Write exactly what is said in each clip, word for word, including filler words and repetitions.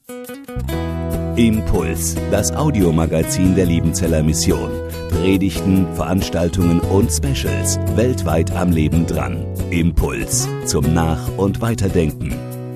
Impuls, das Audiomagazin der Liebenzeller Mission. Predigten, Veranstaltungen und Specials weltweit am Leben dran. Impuls zum Nach- und Weiterdenken.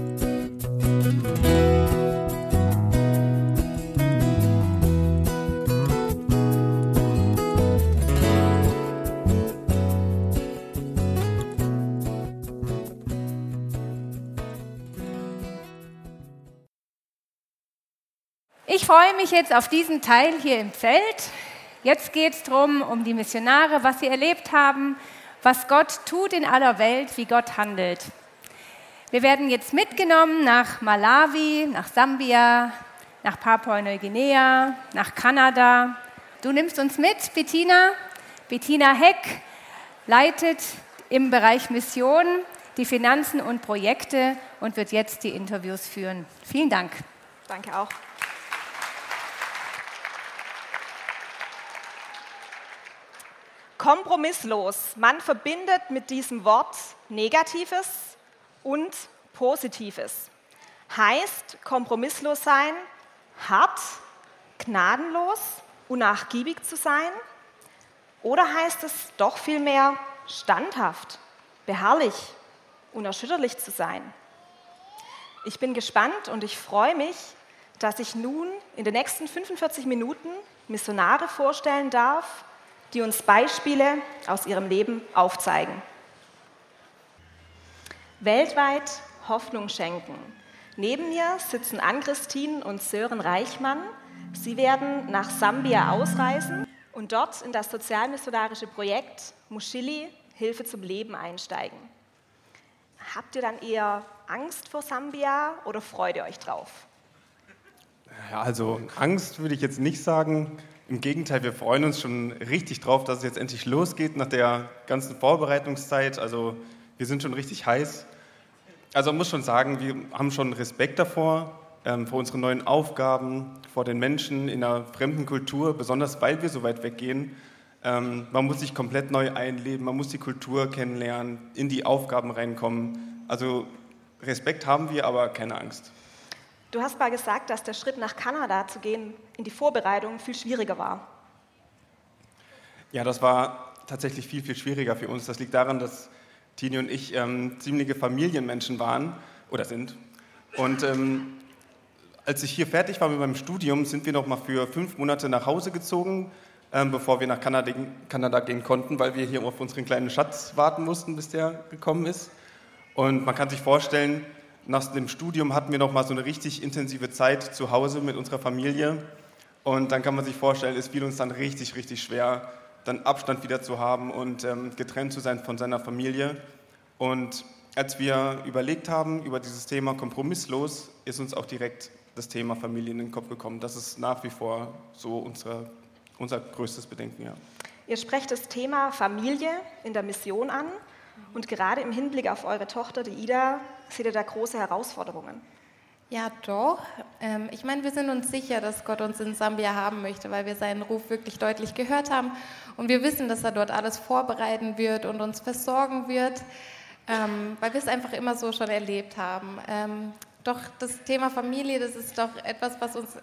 Ich freue mich jetzt auf diesen Teil hier im Zelt. Jetzt geht es darum, um die Missionare, was sie erlebt haben, was Gott tut in aller Welt, wie Gott handelt. Wir werden jetzt mitgenommen nach Malawi, nach Sambia, nach Papua-Neuguinea, nach Kanada. Du nimmst uns mit, Bettina. Bettina Heck leitet im Bereich Mission die Finanzen und Projekte und wird jetzt die Interviews führen. Vielen Dank. Danke auch. Kompromisslos. Man verbindet mit diesem Wort Negatives und Positives. Heißt kompromisslos sein, hart, gnadenlos, unnachgiebig zu sein? Oder heißt es doch vielmehr standhaft, beharrlich, unerschütterlich zu sein? Ich bin gespannt und ich freue mich, dass ich nun in den nächsten fünfundvierzig Minuten Missionare vorstellen darf, die uns Beispiele aus ihrem Leben aufzeigen. Weltweit Hoffnung schenken. Neben mir sitzen Ann-Christine und Sören Reichmann. Sie werden nach Sambia ausreisen und dort in das sozialmissionarische Projekt Mushili Hilfe zum Leben einsteigen. Habt ihr dann eher Angst vor Sambia oder freut ihr euch drauf? Ja, also Angst würde ich jetzt nicht sagen. Im Gegenteil, wir freuen uns schon richtig drauf, dass es jetzt endlich losgeht nach der ganzen Vorbereitungszeit. Also wir sind schon richtig heiß. Also man muss schon sagen, wir haben schon Respekt davor, ähm, vor unseren neuen Aufgaben, vor den Menschen in einer fremden Kultur, besonders weil wir so weit weggehen. Ähm, man muss sich komplett neu einleben, man muss die Kultur kennenlernen, in die Aufgaben reinkommen. Also Respekt haben wir, aber keine Angst. Du hast mal gesagt, dass der Schritt nach Kanada zu gehen in die Vorbereitung viel schwieriger war. Ja, das war tatsächlich viel, viel schwieriger für uns. Das liegt daran, dass Tini und ich ähm, ziemliche Familienmenschen waren oder sind. Und ähm, als ich hier fertig war mit meinem Studium, sind wir noch mal für fünf Monate nach Hause gezogen, ähm, bevor wir nach Kanada, Kanada gehen konnten, weil wir hier auf unseren kleinen Schatz warten mussten, bis der gekommen ist. Und man kann sich vorstellen, nach dem Studium hatten wir noch mal so eine richtig intensive Zeit zu Hause mit unserer Familie. Und dann kann man sich vorstellen, es fiel uns dann richtig, richtig schwer, dann Abstand wieder zu haben und ähm, getrennt zu sein von seiner Familie. Und als wir überlegt haben über dieses Thema kompromisslos, ist uns auch direkt das Thema Familie in den Kopf gekommen. Das ist nach wie vor so unsere, unser größtes Bedenken. Ja. Ihr sprecht das Thema Familie in der Mission an. Und gerade im Hinblick auf eure Tochter, die Ida, seht ihr da große Herausforderungen? Ja, doch. Ähm, ich meine, wir sind uns sicher, dass Gott uns in Sambia haben möchte, weil wir seinen Ruf wirklich deutlich gehört haben. Und wir wissen, dass er dort alles vorbereiten wird und uns versorgen wird, ähm, weil wir es einfach immer so schon erlebt haben. Ähm, doch das Thema Familie, das ist doch etwas, was uns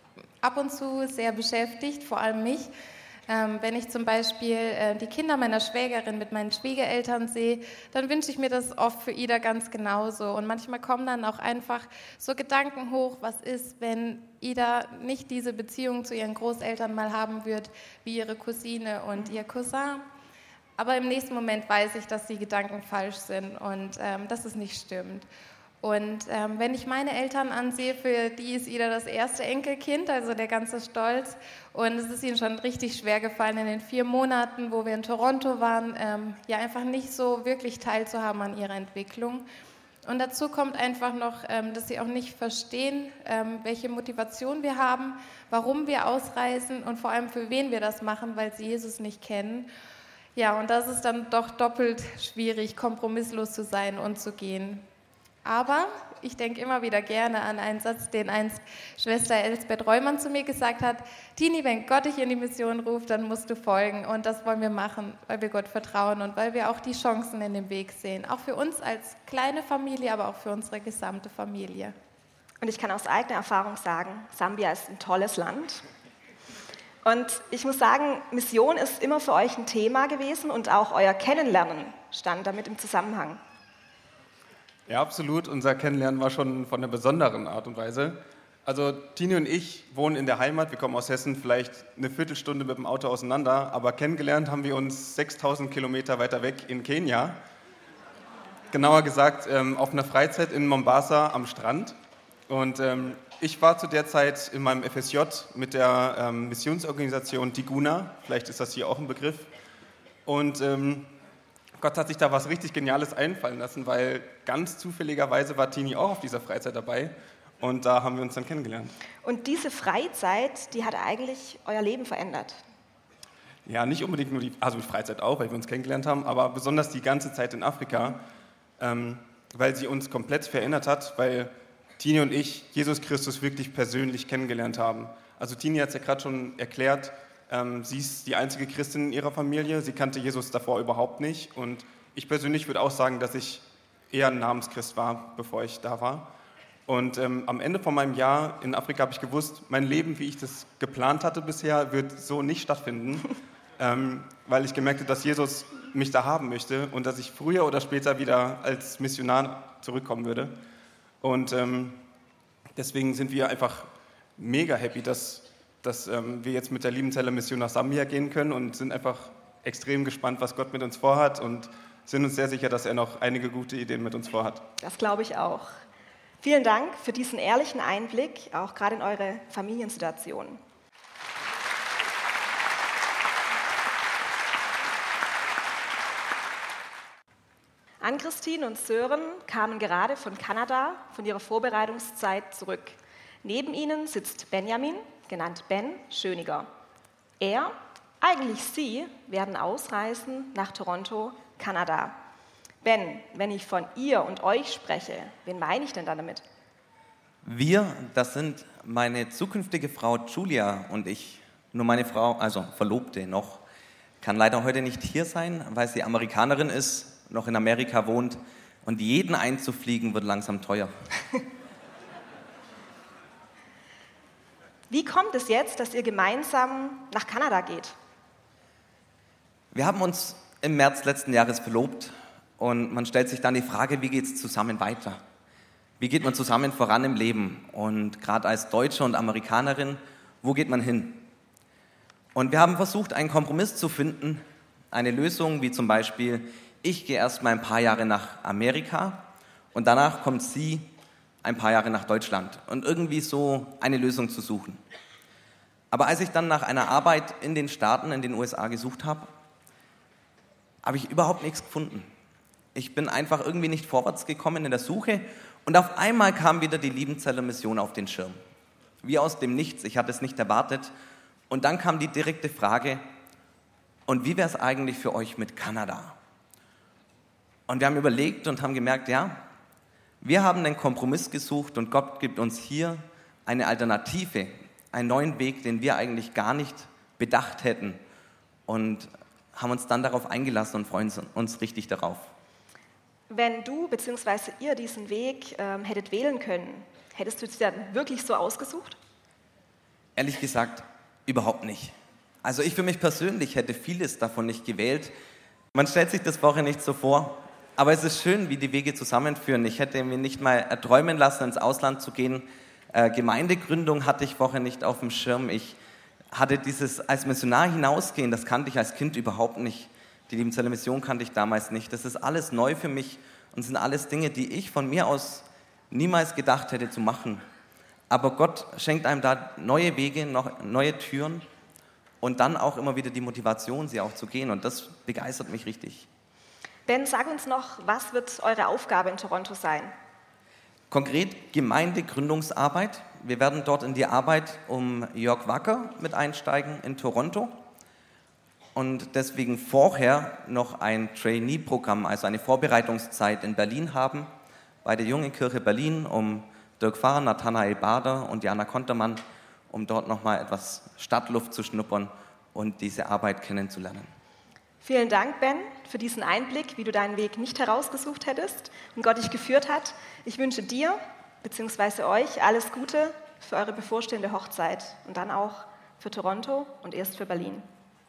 ab und zu sehr beschäftigt, vor allem mich. Ähm, wenn ich zum Beispiel äh, die Kinder meiner Schwägerin mit meinen Schwiegereltern sehe, dann wünsche ich mir das oft für Ida ganz genauso. Und manchmal kommen dann auch einfach so Gedanken hoch, was ist, wenn Ida nicht diese Beziehung zu ihren Großeltern mal haben wird, wie ihre Cousine und ihr Cousin. Aber im nächsten Moment weiß ich, dass die Gedanken falsch sind und ähm, dass es nicht stimmt. Und ähm, wenn ich meine Eltern ansehe, für die ist Ida das erste Enkelkind, also der ganze Stolz. Und es ist ihnen schon richtig schwer gefallen in den vier Monaten, wo wir in Toronto waren, ähm, ja einfach nicht so wirklich teilzuhaben an ihrer Entwicklung. Und dazu kommt einfach noch, ähm, dass sie auch nicht verstehen, ähm, welche Motivation wir haben, warum wir ausreisen und vor allem für wen wir das machen, weil sie Jesus nicht kennen. Ja, und das ist dann doch doppelt schwierig, kompromisslos zu sein und zu gehen. Aber ich denke immer wieder gerne an einen Satz, den einst Schwester Elsbeth Reumann zu mir gesagt hat: Tini, wenn Gott dich in die Mission ruft, dann musst du folgen. Und das wollen wir machen, weil wir Gott vertrauen und weil wir auch die Chancen in dem Weg sehen. Auch für uns als kleine Familie, aber auch für unsere gesamte Familie. Und ich kann aus eigener Erfahrung sagen, Sambia ist ein tolles Land. Und ich muss sagen, Mission ist immer für euch ein Thema gewesen und auch euer Kennenlernen stand damit im Zusammenhang. Ja, absolut. Unser Kennenlernen war schon von einer besonderen Art und Weise. Also Tini und ich wohnen in der Heimat, wir kommen aus Hessen, vielleicht eine Viertelstunde mit dem Auto auseinander, aber kennengelernt haben wir uns sechstausend Kilometer weiter weg in Kenia. Genauer gesagt ähm, auf einer Freizeit in Mombasa am Strand. Und ähm, ich war zu der Zeit in meinem F S J mit der ähm, Missionsorganisation Tiguna, vielleicht ist das hier auch ein Begriff. Und ähm, Gott hat sich da was richtig Geniales einfallen lassen, weil ganz zufälligerweise war Tini auch auf dieser Freizeit dabei. Und da haben wir uns dann kennengelernt. Und diese Freizeit, die hat eigentlich euer Leben verändert? Ja, nicht unbedingt nur die, also die Freizeit auch, weil wir uns kennengelernt haben, aber besonders die ganze Zeit in Afrika, ähm, weil sie uns komplett verändert hat, weil Tini und ich Jesus Christus wirklich persönlich kennengelernt haben. Also Tini hat es ja gerade schon erklärt, ähm, sie ist die einzige Christin in ihrer Familie, sie kannte Jesus davor überhaupt nicht. Und ich persönlich würde auch sagen, dass ich eher ein Namenschrist war, bevor ich da war. Und ähm, am Ende von meinem Jahr in Afrika habe ich gewusst, mein Leben, wie ich das geplant hatte bisher, wird so nicht stattfinden, ähm, weil ich gemerkt habe, dass Jesus mich da haben möchte und dass ich früher oder später wieder als Missionar zurückkommen würde. Und ähm, deswegen sind wir einfach mega happy, dass, dass ähm, wir jetzt mit der Liebenzeller Mission nach Sambia gehen können und sind einfach extrem gespannt, was Gott mit uns vorhat und sind uns sehr sicher, dass er noch einige gute Ideen mit uns vorhat. Das glaube ich auch. Vielen Dank für diesen ehrlichen Einblick, auch gerade in eure Familiensituation. Ann-Christine und Sören kamen gerade von Kanada, von ihrer Vorbereitungszeit zurück. Neben ihnen sitzt Benjamin, genannt Ben Schöniger. Er, eigentlich sie, werden ausreisen nach Toronto, Kanada. Ben, wenn ich von ihr und euch spreche, wen meine ich denn da damit? Wir, das sind meine zukünftige Frau Julia und ich. Nur meine Frau, also Verlobte noch, kann leider heute nicht hier sein, weil sie Amerikanerin ist, noch in Amerika wohnt und jeden einzufliegen wird langsam teuer. Wie kommt es jetzt, dass ihr gemeinsam nach Kanada geht? Wir haben uns im März letzten Jahres verlobt. Und man stellt sich dann die Frage, wie geht es zusammen weiter? Wie geht man zusammen voran im Leben? Und gerade als Deutsche und Amerikanerin, wo geht man hin? Und wir haben versucht, einen Kompromiss zu finden, eine Lösung, wie zum Beispiel, ich gehe erst mal ein paar Jahre nach Amerika und danach kommt sie ein paar Jahre nach Deutschland. Und irgendwie so eine Lösung zu suchen. Aber als ich dann nach einer Arbeit in den Staaten, in den U S A gesucht habe, habe ich überhaupt nichts gefunden. Ich bin einfach irgendwie nicht vorwärts gekommen in der Suche und auf einmal kam wieder die Liebenzeller Mission auf den Schirm. Wie aus dem Nichts, ich hatte es nicht erwartet. Und dann kam die direkte Frage, und wie wäre es eigentlich für euch mit Kanada? Und wir haben überlegt und haben gemerkt, ja, wir haben einen Kompromiss gesucht und Gott gibt uns hier eine Alternative, einen neuen Weg, den wir eigentlich gar nicht bedacht hätten und haben uns dann darauf eingelassen und freuen uns richtig darauf. Wenn du bzw. ihr diesen Weg ähm, hättet wählen können, hättest du es dann wirklich so ausgesucht? Ehrlich gesagt, überhaupt nicht. Also ich für mich persönlich hätte vieles davon nicht gewählt. Man stellt sich das vorher nicht so vor, aber es ist schön, wie die Wege zusammenführen. Ich hätte mir nicht mal erträumen lassen, ins Ausland zu gehen. Äh, Gemeindegründung hatte ich vorher nicht auf dem Schirm. Ich hatte dieses als Missionar hinausgehen, das kannte ich als Kind überhaupt nicht. Die Liebenzeller Mission kannte ich damals nicht. Das ist alles neu für mich und sind alles Dinge, die ich von mir aus niemals gedacht hätte zu machen. Aber Gott schenkt einem da neue Wege, noch neue Türen und dann auch immer wieder die Motivation, sie auch zu gehen. Und das begeistert mich richtig. Ben, sag uns noch, was wird eure Aufgabe in Toronto sein? Konkret Gemeindegründungsarbeit. Wir werden dort in die Arbeit um Jörg Wacker mit einsteigen in Toronto. Und deswegen vorher noch ein Trainee-Programm, also eine Vorbereitungszeit in Berlin haben, bei der Jungen Kirche Berlin, um Dirk Pfarrer, Nathanael Bader und Jana Kontermann, um dort nochmal etwas Stadtluft zu schnuppern und diese Arbeit kennenzulernen. Vielen Dank, Ben, für diesen Einblick, wie du deinen Weg nicht herausgesucht hättest und Gott dich geführt hat. Ich wünsche dir, bzw. euch alles Gute für eure bevorstehende Hochzeit und dann auch für Toronto und erst für Berlin.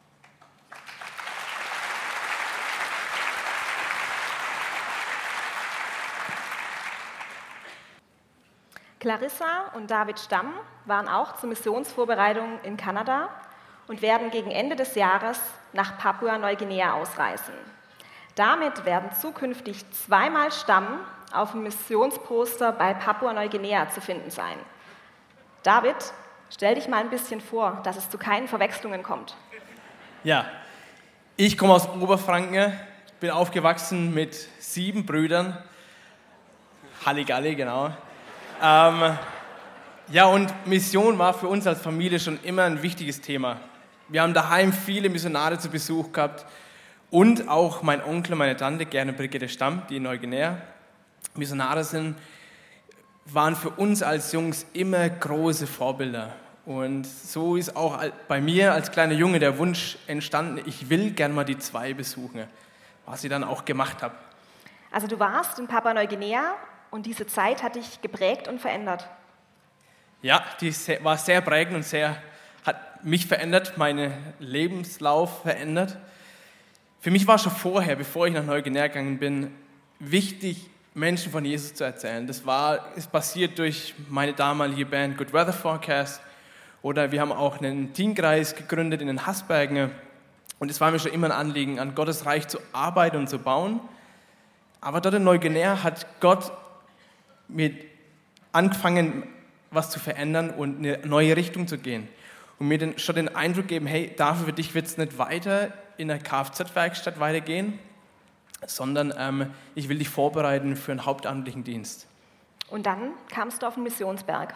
Clarissa und David Stamm waren auch zur Missionsvorbereitung in Kanada und werden gegen Ende des Jahres nach Papua-Neuguinea ausreisen. Damit werden zukünftig zweimal Stamm auf dem Missionsposter bei Papua-Neuguinea zu finden sein. David, stell dich mal ein bisschen vor, dass es zu keinen Verwechslungen kommt. Ja, ich komme aus Oberfranken, bin aufgewachsen mit sieben Brüdern. Halligalli, genau. Ähm, ja, und Mission war für uns als Familie schon immer ein wichtiges Thema. Wir haben daheim viele Missionare zu Besuch gehabt und auch mein Onkel und meine Tante, gerne Brigitte Stamm, die in Neuguinea Missionare sind, waren für uns als Jungs immer große Vorbilder. Und so ist auch bei mir als kleiner Junge der Wunsch entstanden, ich will gerne mal die zwei besuchen, was ich dann auch gemacht habe. Also du warst in Papua-Neuguinea und diese Zeit hat dich geprägt und verändert. Ja, die war sehr prägend und sehr, hat mich verändert, meinen Lebenslauf verändert. Für mich war schon vorher, bevor ich nach Neuguinea gegangen bin, wichtig, Menschen von Jesus zu erzählen. Das war, ist passiert durch meine damalige Band Good Weather Forecast oder wir haben auch einen Teamkreis gegründet in den Haßbergen und es war mir schon immer ein Anliegen, an Gottes Reich zu arbeiten und zu bauen. Aber dort in Neuguinea hat Gott mit angefangen, was zu verändern und eine neue Richtung zu gehen. Und mir den, schon den Eindruck geben, hey, dafür für dich wird es nicht weiter in der Kfz-Werkstatt weitergehen, sondern ähm, ich will dich vorbereiten für einen hauptamtlichen Dienst. Und dann kamst du auf den Missionsberg.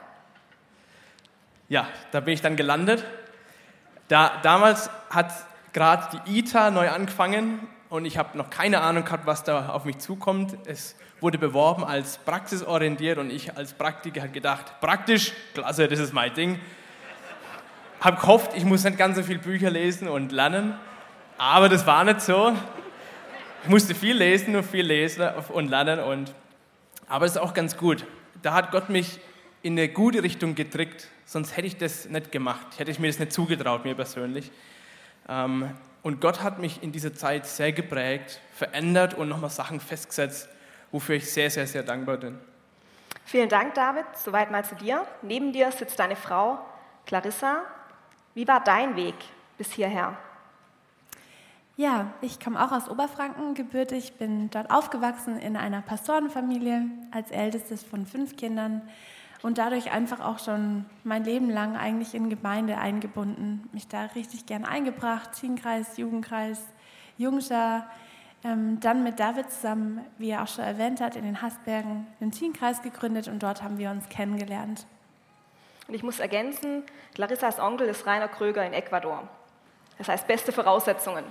Ja, da bin ich dann gelandet. Da, damals hat gerade die I T A neu angefangen und ich habe noch keine Ahnung gehabt, was da auf mich zukommt. Es wurde beworben als praxisorientiert und ich als Praktiker habe gedacht, praktisch, klasse, das ist mein Ding. Habe gehofft, ich muss nicht ganz so viele Bücher lesen und lernen, aber das war nicht so. Ich musste viel lesen und viel lesen und lernen, und, aber es ist auch ganz gut. Da hat Gott mich in eine gute Richtung getrickt, sonst hätte ich das nicht gemacht, hätte ich mir das nicht zugetraut, mir persönlich. Und Gott hat mich in dieser Zeit sehr geprägt, verändert und nochmal Sachen festgesetzt, wofür ich sehr, sehr, sehr dankbar bin. Vielen Dank, David. Soweit mal zu dir. Neben dir sitzt deine Frau, Clarissa. Wie war dein Weg bis hierher? Ja, ich komme auch aus Oberfranken, gebürtig, bin dort aufgewachsen in einer Pastorenfamilie als ältestes von fünf Kindern und dadurch einfach auch schon mein Leben lang eigentlich in Gemeinde eingebunden, mich da richtig gern eingebracht, Teamkreis, Jugendkreis, Jungschar, ähm, dann mit David zusammen, wie er auch schon erwähnt hat, in den Haßbergen einen Teamkreis gegründet und dort haben wir uns kennengelernt. Und ich muss ergänzen, Clarissas Onkel ist Rainer Kröger in Ecuador. Das heißt, beste Voraussetzungen.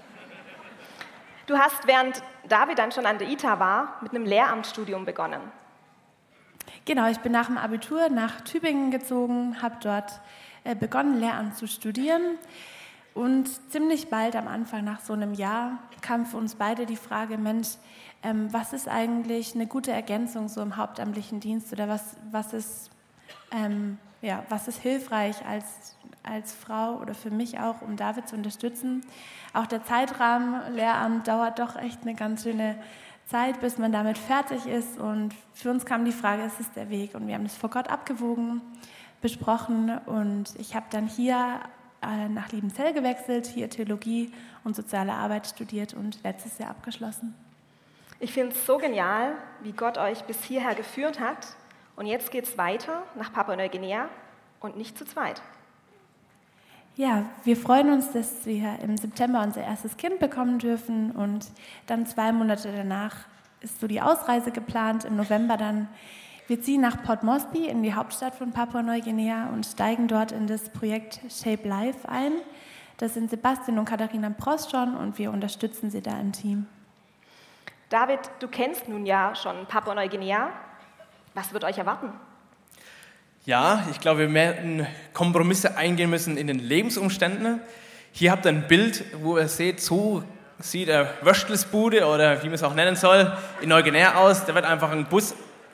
Du hast, während David dann schon an der I T A war, mit einem Lehramtsstudium begonnen. Genau, ich bin nach dem Abitur nach Tübingen gezogen, habe dort äh, begonnen, Lehramt zu studieren. Und ziemlich bald am Anfang, nach so einem Jahr, kam für uns beide die Frage, Mensch, ähm, was ist eigentlich eine gute Ergänzung so im hauptamtlichen Dienst oder was, was, ist, ähm, ja, was ist hilfreich als, als Frau oder für mich auch, um David zu unterstützen. Auch der Zeitrahmen Lehramt dauert doch echt eine ganz schöne Zeit, bis man damit fertig ist. Und für uns kam die Frage, ist es der Weg? Und wir haben das vor Gott abgewogen, besprochen. Und ich habe dann hier äh, nach Liebenzell gewechselt, hier Theologie und soziale Arbeit studiert und letztes Jahr abgeschlossen. Ich finde es so genial, wie Gott euch bis hierher geführt hat. Und jetzt geht es weiter nach Papua-Neuguinea und nicht zu zweit. Ja, wir freuen uns, dass wir im September unser erstes Kind bekommen dürfen und dann zwei Monate danach ist so die Ausreise geplant. Im November dann, wir ziehen nach Port Moresby in die Hauptstadt von Papua-Neuguinea und steigen dort in das Projekt Shape Life ein. Das sind Sebastian und Katharina Prost schon und wir unterstützen sie da im Team. David, du kennst nun ja schon Papua-Neuguinea. Was wird euch erwarten? Ja, ich glaube, wir werden Kompromisse eingehen müssen in den Lebensumständen. Hier habt ihr ein Bild, wo ihr seht, so sieht der Wöschtelsbude oder wie man es auch nennen soll, in Neuguinea aus. Da wird einfach ein Bus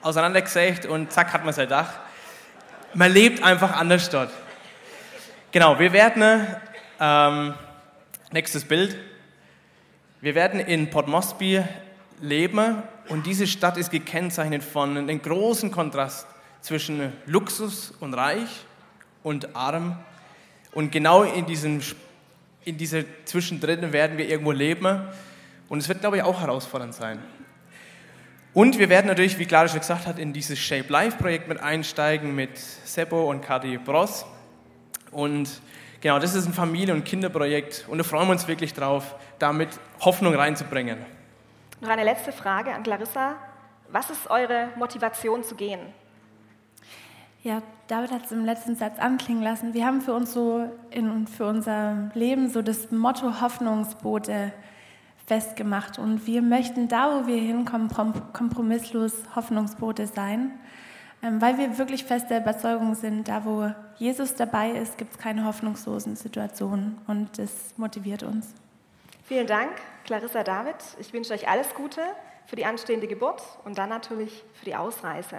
auseinandergesägt und zack hat man sein Dach. Man lebt einfach anders dort. Genau, wir werden, ähm, nächstes Bild, wir werden in Port Moresby leben und diese Stadt ist gekennzeichnet von einem großen Kontrast zwischen Luxus und Reich und Arm. Und genau in diesem in dieser Zwischendrin werden wir irgendwo leben und es wird, glaube ich, auch herausfordernd sein. Und wir werden natürlich, wie Clara schon gesagt hat, in dieses Shape Life Projekt mit einsteigen mit Seppo und Kati Bross. Und genau, das ist ein Familien- und Kinderprojekt und da freuen wir uns wirklich drauf, damit Hoffnung reinzubringen. Noch eine letzte Frage an Clarissa. Was ist eure Motivation zu gehen? Ja, David hat es im letzten Satz anklingen lassen. Wir haben für uns so in, für unser Leben so das Motto Hoffnungsboote festgemacht. Und wir möchten da, wo wir hinkommen, kompromisslos Hoffnungsboote sein, weil wir wirklich fest der Überzeugung sind, da wo Jesus dabei ist, gibt es keine hoffnungslosen Situationen. Und das motiviert uns. Vielen Dank, Clarissa, David. Ich wünsche euch alles Gute für die anstehende Geburt und dann natürlich für die Ausreise.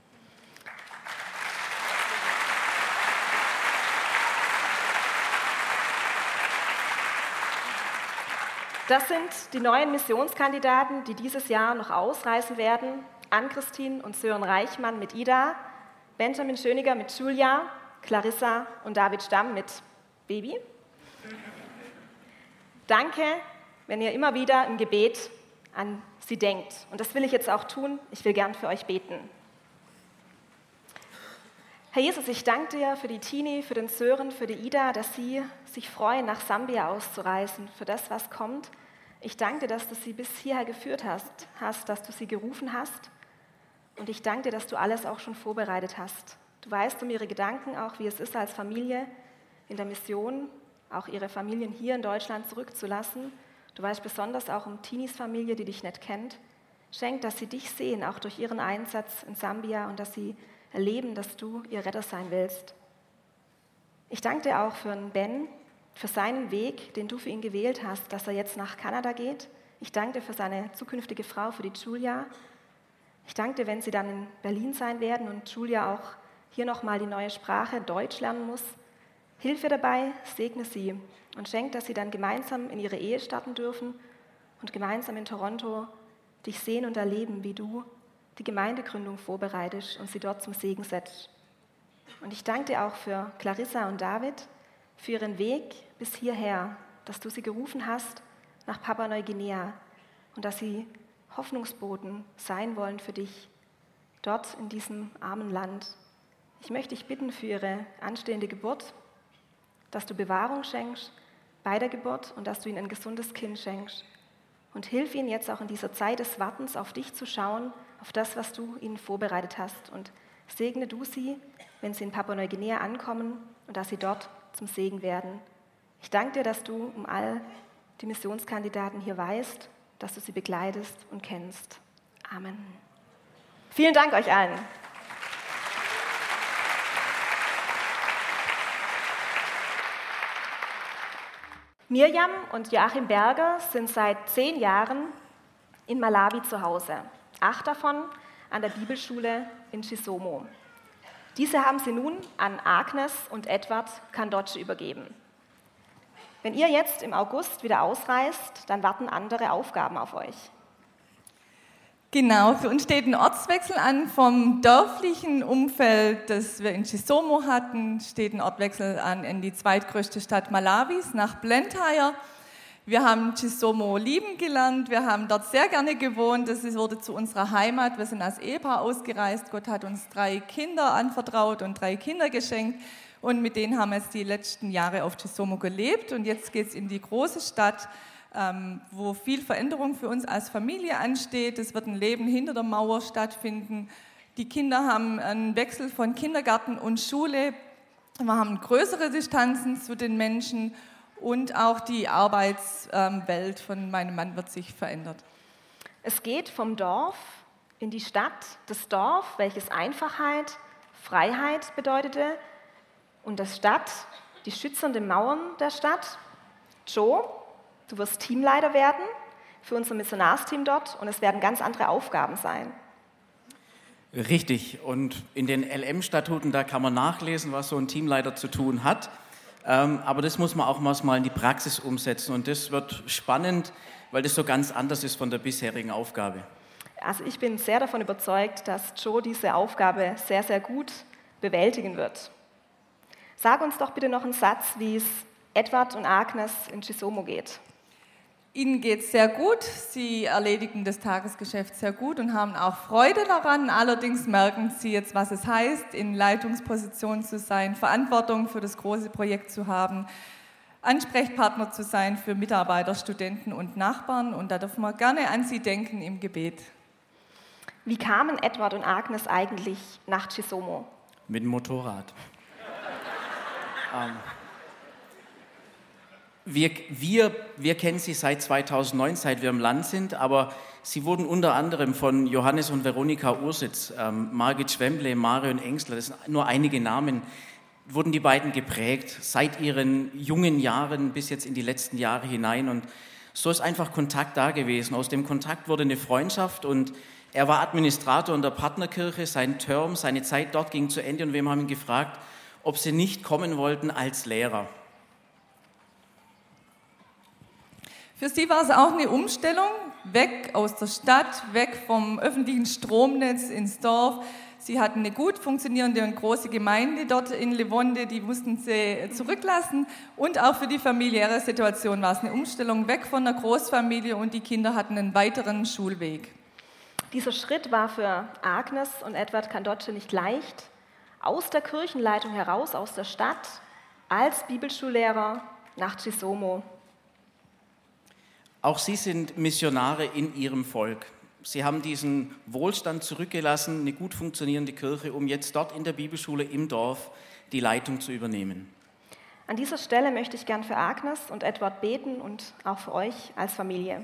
Das sind die neuen Missionskandidaten, die dieses Jahr noch ausreisen werden. Ann-Christine und Sören Reichmann mit Ida, Benjamin Schöniger mit Julia, Clarissa und David Stamm mit Baby. Danke, wenn ihr immer wieder im Gebet an sie denkt. Und das will ich jetzt auch tun. Ich will gern für euch beten. Herr Jesus, ich danke dir für die Tini, für den Sören, für die Ida, dass sie sich freuen, nach Sambia auszureisen, für das, was kommt. Ich danke dir, dass du sie bis hierher geführt hast, hast, dass du sie gerufen hast. Und ich danke dir, dass du alles auch schon vorbereitet hast. Du weißt um ihre Gedanken, auch wie es ist, als Familie in der Mission, auch ihre Familien hier in Deutschland zurückzulassen. Du weißt besonders auch um Tinis Familie, die dich nicht kennt. Schenk, dass sie dich sehen, auch durch ihren Einsatz in Sambia und dass sie erleben, dass du ihr Retter sein willst. Ich danke dir auch für den Ben, für seinen Weg, den du für ihn gewählt hast, dass er jetzt nach Kanada geht. Ich danke dir für seine zukünftige Frau, für die Julia. Ich danke dir, wenn sie dann in Berlin sein werden und Julia auch hier nochmal die neue Sprache Deutsch lernen muss. Hilf ihr dabei, segne sie und schenk, dass sie dann gemeinsam in ihre Ehe starten dürfen und gemeinsam in Toronto dich sehen und erleben, wie du die Gemeindegründung vorbereitest und sie dort zum Segen setzt. Und ich danke dir auch für Clarissa und David, für ihren Weg bis hierher, dass du sie gerufen hast nach Papua-Neuguinea und dass sie Hoffnungsboten sein wollen für dich, dort in diesem armen Land. Ich möchte dich bitten für ihre anstehende Geburt, dass du Bewahrung schenkst bei der Geburt und dass du ihnen ein gesundes Kind schenkst. Und hilf ihnen jetzt auch in dieser Zeit des Wartens auf dich zu schauen, auf das, was du ihnen vorbereitet hast. Und segne du sie, wenn sie in Papua-Neuguinea ankommen und dass sie dort zum Segen werden. Ich danke dir, dass du um all die Missionskandidaten hier weißt, dass du sie begleitest und kennst. Amen. Vielen Dank euch allen. Mirjam und Joachim Berger sind seit zehn Jahren in Malawi zu Hause. Acht davon an der Bibelschule in Chisomo. Diese haben sie nun an Agnes und Edward Kandotsche übergeben. Wenn ihr jetzt im August wieder ausreist, dann warten andere Aufgaben auf euch. Genau, für uns steht ein Ortswechsel an. Vom dörflichen Umfeld, das wir in Chisomo hatten, steht ein Ortswechsel an in die zweitgrößte Stadt Malawis, nach Blantyre. Wir haben Chisomo lieben gelernt, wir haben dort sehr gerne gewohnt, das wurde zu unserer Heimat. Wir sind als Ehepaar ausgereist, Gott hat uns drei Kinder anvertraut und drei Kinder geschenkt und mit denen haben wir jetzt die letzten Jahre auf Chisomo gelebt und jetzt geht es in die große Stadt, wo viel Veränderung für uns als Familie ansteht. Es wird ein Leben hinter der Mauer stattfinden. Die Kinder haben einen Wechsel von Kindergarten und Schule. Wir haben größere Distanzen zu den Menschen und auch die Arbeitswelt von meinem Mann wird sich verändert. Es geht vom Dorf in die Stadt, das Dorf, welches Einfachheit, Freiheit bedeutete und das Stadt, die schützenden Mauern der Stadt. Joe, du wirst Teamleiter werden für unser Missionarsteam dort und es werden ganz andere Aufgaben sein. Richtig. Und in den L M-Statuten, da kann man nachlesen, was so ein Teamleiter zu tun hat. Ähm, aber das muss man auch mal in die Praxis umsetzen. Und das wird spannend, weil das so ganz anders ist von der bisherigen Aufgabe. Also ich bin sehr davon überzeugt, dass Joe diese Aufgabe sehr, sehr gut bewältigen wird. Sag uns doch bitte noch einen Satz, wie es Edward und Agnes in Chisomo geht. Ihnen geht es sehr gut, Sie erledigen das Tagesgeschäft sehr gut und haben auch Freude daran. Allerdings merken Sie jetzt, was es heißt, in Leitungsposition zu sein, Verantwortung für das große Projekt zu haben, Ansprechpartner zu sein für Mitarbeiter, Studenten und Nachbarn. Und da dürfen wir gerne an Sie denken im Gebet. Wie kamen Edward und Agnes eigentlich nach Chisomo? Mit dem Motorrad. ähm. Wir, wir, wir kennen sie seit zweitausendneun, seit wir im Land sind, aber sie wurden unter anderem von Johannes und Veronika Ursitz, ähm, Margit Schwemble, Marion Engsler, das sind nur einige Namen, wurden die beiden geprägt, seit ihren jungen Jahren bis jetzt in die letzten Jahre hinein. Und so ist einfach Kontakt da gewesen. Aus dem Kontakt wurde eine Freundschaft und er war Administrator in der Partnerkirche, sein Term, seine Zeit dort ging zu Ende und wir haben ihn gefragt, ob sie nicht kommen wollten als Lehrer. Für Sie war es auch eine Umstellung, weg aus der Stadt, weg vom öffentlichen Stromnetz ins Dorf. Sie hatten eine gut funktionierende und große Gemeinde dort in Levonde, die mussten Sie zurücklassen. Und auch für die familiäre Situation war es eine Umstellung, weg von der Großfamilie und die Kinder hatten einen weiteren Schulweg. Dieser Schritt war für Agnes und Edward Candoce nicht leicht. Aus der Kirchenleitung heraus, aus der Stadt, als Bibelschullehrer nach Chisomo. Auch sie sind Missionare in ihrem Volk. Sie haben diesen Wohlstand zurückgelassen, eine gut funktionierende Kirche, um jetzt dort in der Bibelschule im Dorf die Leitung zu übernehmen. An dieser Stelle möchte ich gern für Agnes und Edward beten und auch für euch als Familie.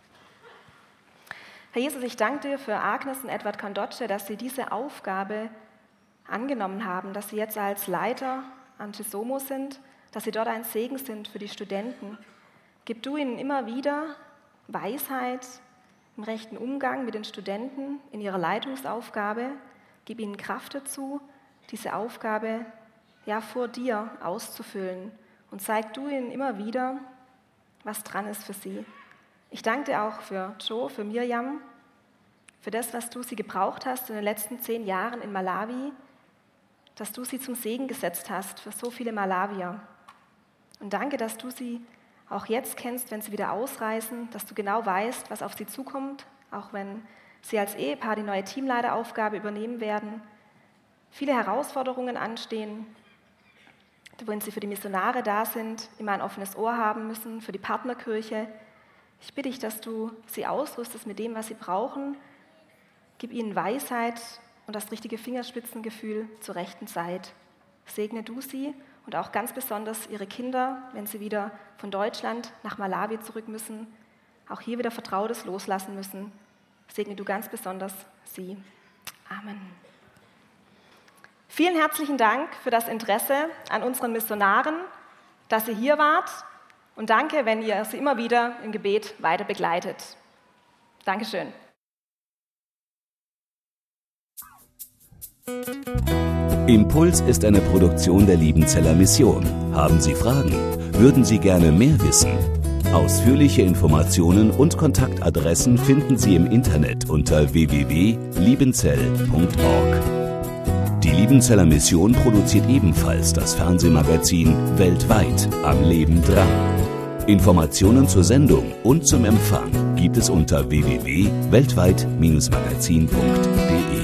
Herr Jesus, ich danke dir für Agnes und Edward Candoce, dass sie diese Aufgabe angenommen haben, dass sie jetzt als Leiter an Chisomo sind, dass sie dort ein Segen sind für die Studenten. Gib du ihnen immer wieder Weisheit im rechten Umgang mit den Studenten in ihrer Leitungsaufgabe. Gib ihnen Kraft dazu, diese Aufgabe ja vor dir auszufüllen. Und zeig du ihnen immer wieder, was dran ist für sie. Ich danke dir auch für Joe, für Mirjam, für das, was du sie gebraucht hast in den letzten zehn Jahren in Malawi, dass du sie zum Segen gesetzt hast für so viele Malawier. Und danke, dass du sie auch jetzt kennst, wenn sie wieder ausreisen, dass du genau weißt, was auf sie zukommt, auch wenn sie als Ehepaar die neue Teamleiteraufgabe übernehmen werden. Viele Herausforderungen anstehen, wenn sie für die Missionare da sind, immer ein offenes Ohr haben müssen, für die Partnerkirche. Ich bitte dich, dass du sie ausrüstest mit dem, was sie brauchen. Gib ihnen Weisheit und das richtige Fingerspitzengefühl zur rechten Zeit. Segne du sie und auch ganz besonders ihre Kinder, wenn sie wieder von Deutschland nach Malawi zurück müssen, auch hier wieder Vertrautes loslassen müssen. Segne du ganz besonders sie. Amen. Vielen herzlichen Dank für das Interesse an unseren Missionaren, dass ihr hier wart und danke, wenn ihr sie immer wieder im Gebet weiter begleitet. Dankeschön. Impuls ist eine Produktion der Liebenzeller Mission. Haben Sie Fragen? Würden Sie gerne mehr wissen? Ausführliche Informationen und Kontaktadressen finden Sie im Internet unter w w w punkt liebenzell punkt org. Die Liebenzeller Mission produziert ebenfalls das Fernsehmagazin Weltweit am Leben dran. Informationen zur Sendung und zum Empfang gibt es unter w w w punkt weltweit Bindestrich magazin punkt de.